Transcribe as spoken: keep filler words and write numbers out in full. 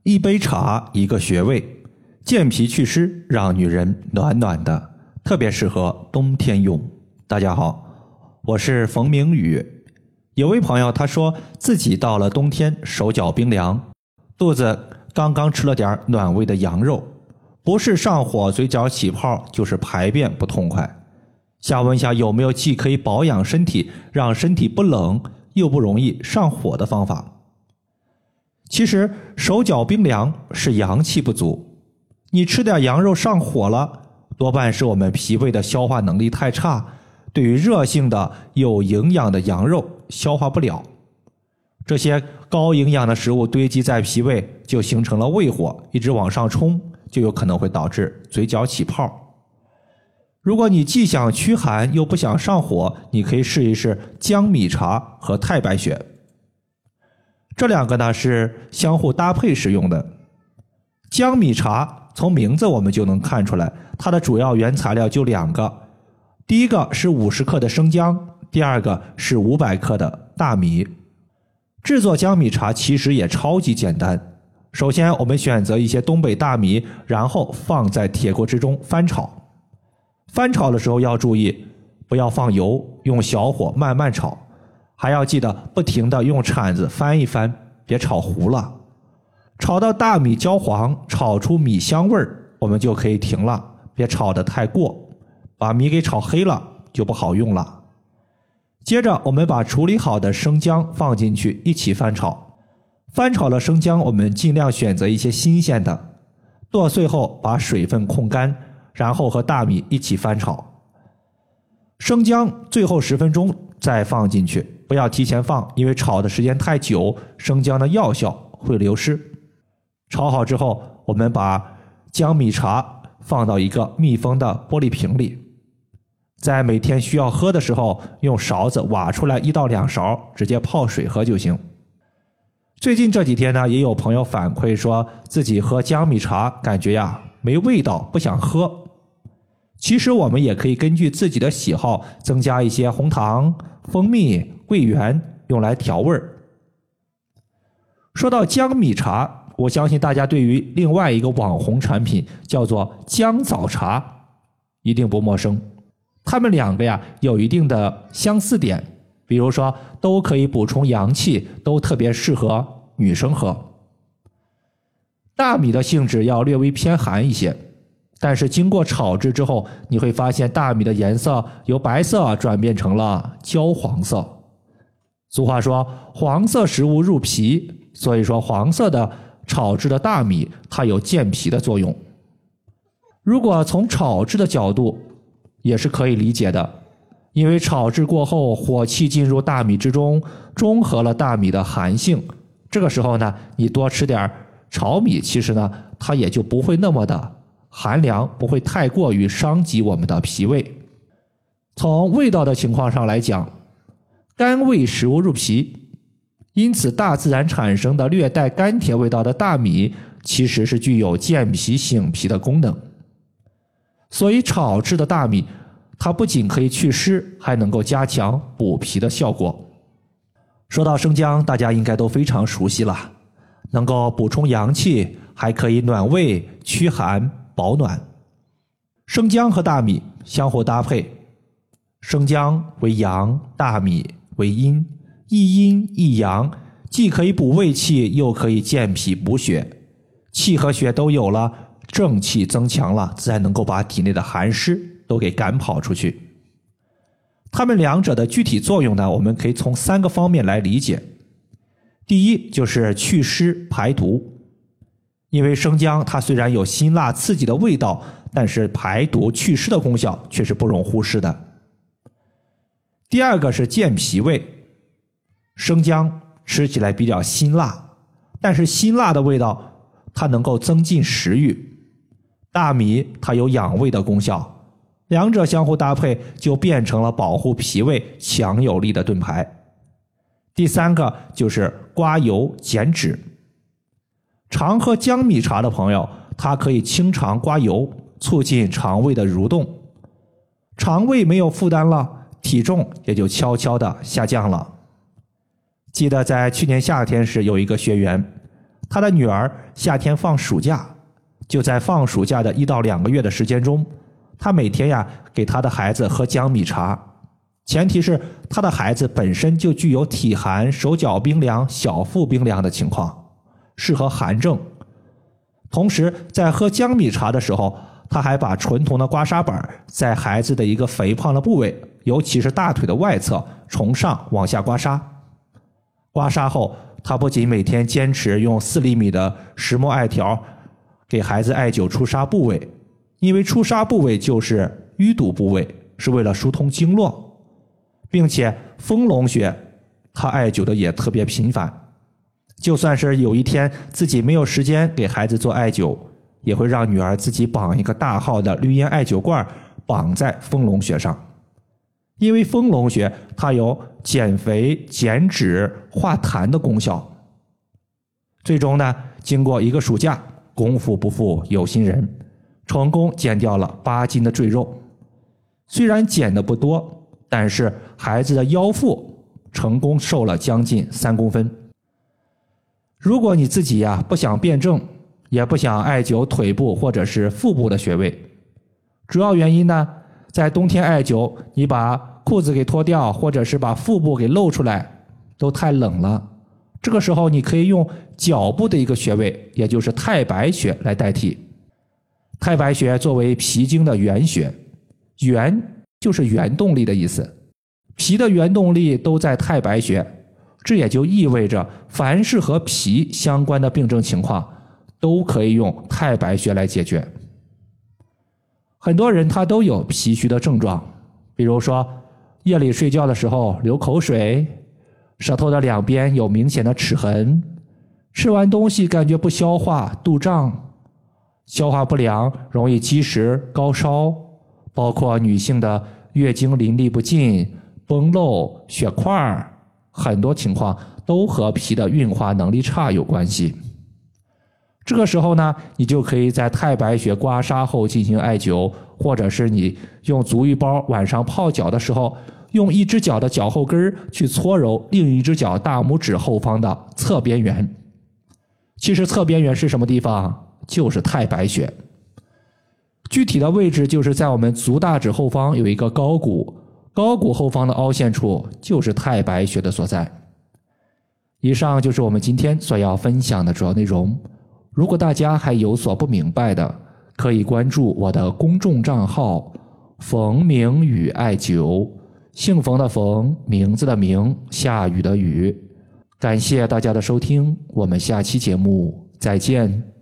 一杯茶，一个穴位，健脾祛湿，让女人暖暖的，特别适合冬天用。大家好，我是冯明宇。有位朋友他说自己到了冬天手脚冰凉，肚子刚刚吃了点暖胃的羊肉，不是上火嘴角起泡，就是排便不痛快。想问一下有没有既可以保养身体，让身体不冷又不容易上火的方法？其实手脚冰凉是阳气不足，你吃点羊肉上火了，多半是我们脾胃的消化能力太差，对于热性的有营养的羊肉消化不了，这些高营养的食物堆积在脾胃，就形成了胃火，一直往上冲，就有可能会导致嘴角起泡。如果你既想驱寒又不想上火，你可以试一试姜米茶和太白雪。这两个呢是相互搭配使用的。姜米茶从名字我们就能看出来，它的主要原材料就两个，第一个是五十克的生姜，第二个是五百克的大米。制作姜米茶其实也超级简单，首先我们选择一些东北大米，然后放在铁锅之中翻炒。翻炒的时候要注意不要放油，用小火慢慢炒，还要记得不停地用铲子翻一翻，别炒糊了。炒到大米焦黄，炒出米香味儿，我们就可以停了，别炒得太过，把米给炒黑了就不好用了。接着我们把处理好的生姜放进去一起翻炒。翻炒了生姜，我们尽量选择一些新鲜的，剁碎后把水分控干，然后和大米一起翻炒。生姜最后十分钟再放进去，不要提前放，因为炒的时间太久，生姜的药效会流失。炒好之后，我们把姜米茶放到一个密封的玻璃瓶里，在每天需要喝的时候，用勺子挖出来一到两勺，直接泡水喝就行。最近这几天呢，也有朋友反馈说自己喝姜米茶感觉呀没味道，不想喝。其实我们也可以根据自己的喜好增加一些红糖、蜂蜜、桂圆，用来调味儿。说到姜米茶，我相信大家对于另外一个网红产品叫做姜枣茶一定不陌生。它们两个呀有一定的相似点，比如说都可以补充阳气，都特别适合女生喝。大米的性质要略微偏寒一些，但是经过炒制之后，你会发现大米的颜色由白色转变成了焦黄色。俗话说黄色食物入脾，所以说黄色的炒制的大米它有健脾的作用。如果从炒制的角度也是可以理解的，因为炒制过后火气进入大米之中，中和了大米的寒性，这个时候呢你多吃点炒米，其实呢它也就不会那么的寒凉，不会太过于伤及我们的脾胃。从味道的情况上来讲，甘味食物入脾，因此大自然产生的略带甘甜味道的大米其实是具有健脾醒脾的功能。所以炒制的大米它不仅可以祛湿，还能够加强补脾的效果。说到生姜，大家应该都非常熟悉了，能够补充阳气，还可以暖胃、驱寒、保暖。生姜和大米相互搭配，生姜为阳，大米为阴，一阴一阳，既可以补胃气，又可以健脾补血，气和血都有了，正气增强了，自然能够把体内的寒湿都给赶跑出去。它们两者的具体作用呢，我们可以从三个方面来理解。第一就是祛湿排毒，因为生姜它虽然有辛辣刺激的味道，但是排毒祛湿的功效却是不容忽视的。第二个是健脾胃，生姜吃起来比较辛辣，但是辛辣的味道它能够增进食欲，大米它有养胃的功效，两者相互搭配就变成了保护脾胃强有力的盾牌。第三个就是刮油减脂，常喝姜米茶的朋友，它可以清肠刮油，促进肠胃的蠕动，肠胃没有负担了，体重也就悄悄的下降了。记得在去年夏天时有一个学员， 他的女儿夏天放暑假，就在放暑假的一到两个月的时间中，他每天呀给他的孩子喝姜米茶，前提是他的孩子本身就具有体寒、手脚冰凉、小腹冰凉的情况，适合寒症。同时在喝姜米茶的时候，他还把纯铜的刮痧板在孩子的一个肥胖的部位，尤其是大腿的外侧，从上往下刮痧。刮痧后，他不仅每天坚持用四厘米的石墨艾条给孩子艾灸出痧部位，因为出痧部位就是淤堵部位，是为了疏通经络，并且丰隆穴他艾灸的也特别频繁。就算是有一天自己没有时间给孩子做艾灸，也会让女儿自己绑一个大号的绿烟艾灸罐绑在丰隆穴上。因为丰隆穴它有减肥、减脂、化痰的功效。最终呢，经过一个暑假，功夫不负有心人，成功减掉了八斤的赘肉。虽然减的不多，但是孩子的腰腹成功瘦了将近三公分。如果你自己呀不想辩证，也不想艾灸腿部或者是腹部的穴位，主要原因呢，在冬天艾灸，你把裤子给脱掉，或者是把腹部给露出来，都太冷了。这个时候你可以用脚部的一个穴位，也就是太白穴来代替。太白穴作为脾经的原穴，原就是原动力的意思，脾的原动力都在太白穴，这也就意味着凡是和脾相关的病症情况都可以用太白穴来解决。很多人他都有脾虚的症状，比如说夜里睡觉的时候流口水，舌头的两边有明显的齿痕，吃完东西感觉不消化，肚胀，消化不良，容易积食、高烧，包括女性的月经淋漓不尽、崩漏、血块，很多情况都和脾的运化能力差有关系。这个时候呢，你就可以在太白穴刮痧后进行艾灸，或者是你用足浴包晚上泡脚的时候，用一只脚的脚后跟去搓揉另一只脚大拇指后方的侧边缘。其实侧边缘是什么地方？就是太白穴。具体的位置就是在我们足大趾后方有一个高骨，高骨后方的凹陷处就是太白穴的所在。以上就是我们今天所要分享的主要内容。如果大家还有所不明白的，可以关注我的公众账号冯明宇艾灸，姓冯的冯，名字的名，下雨的雨。感谢大家的收听，我们下期节目再见。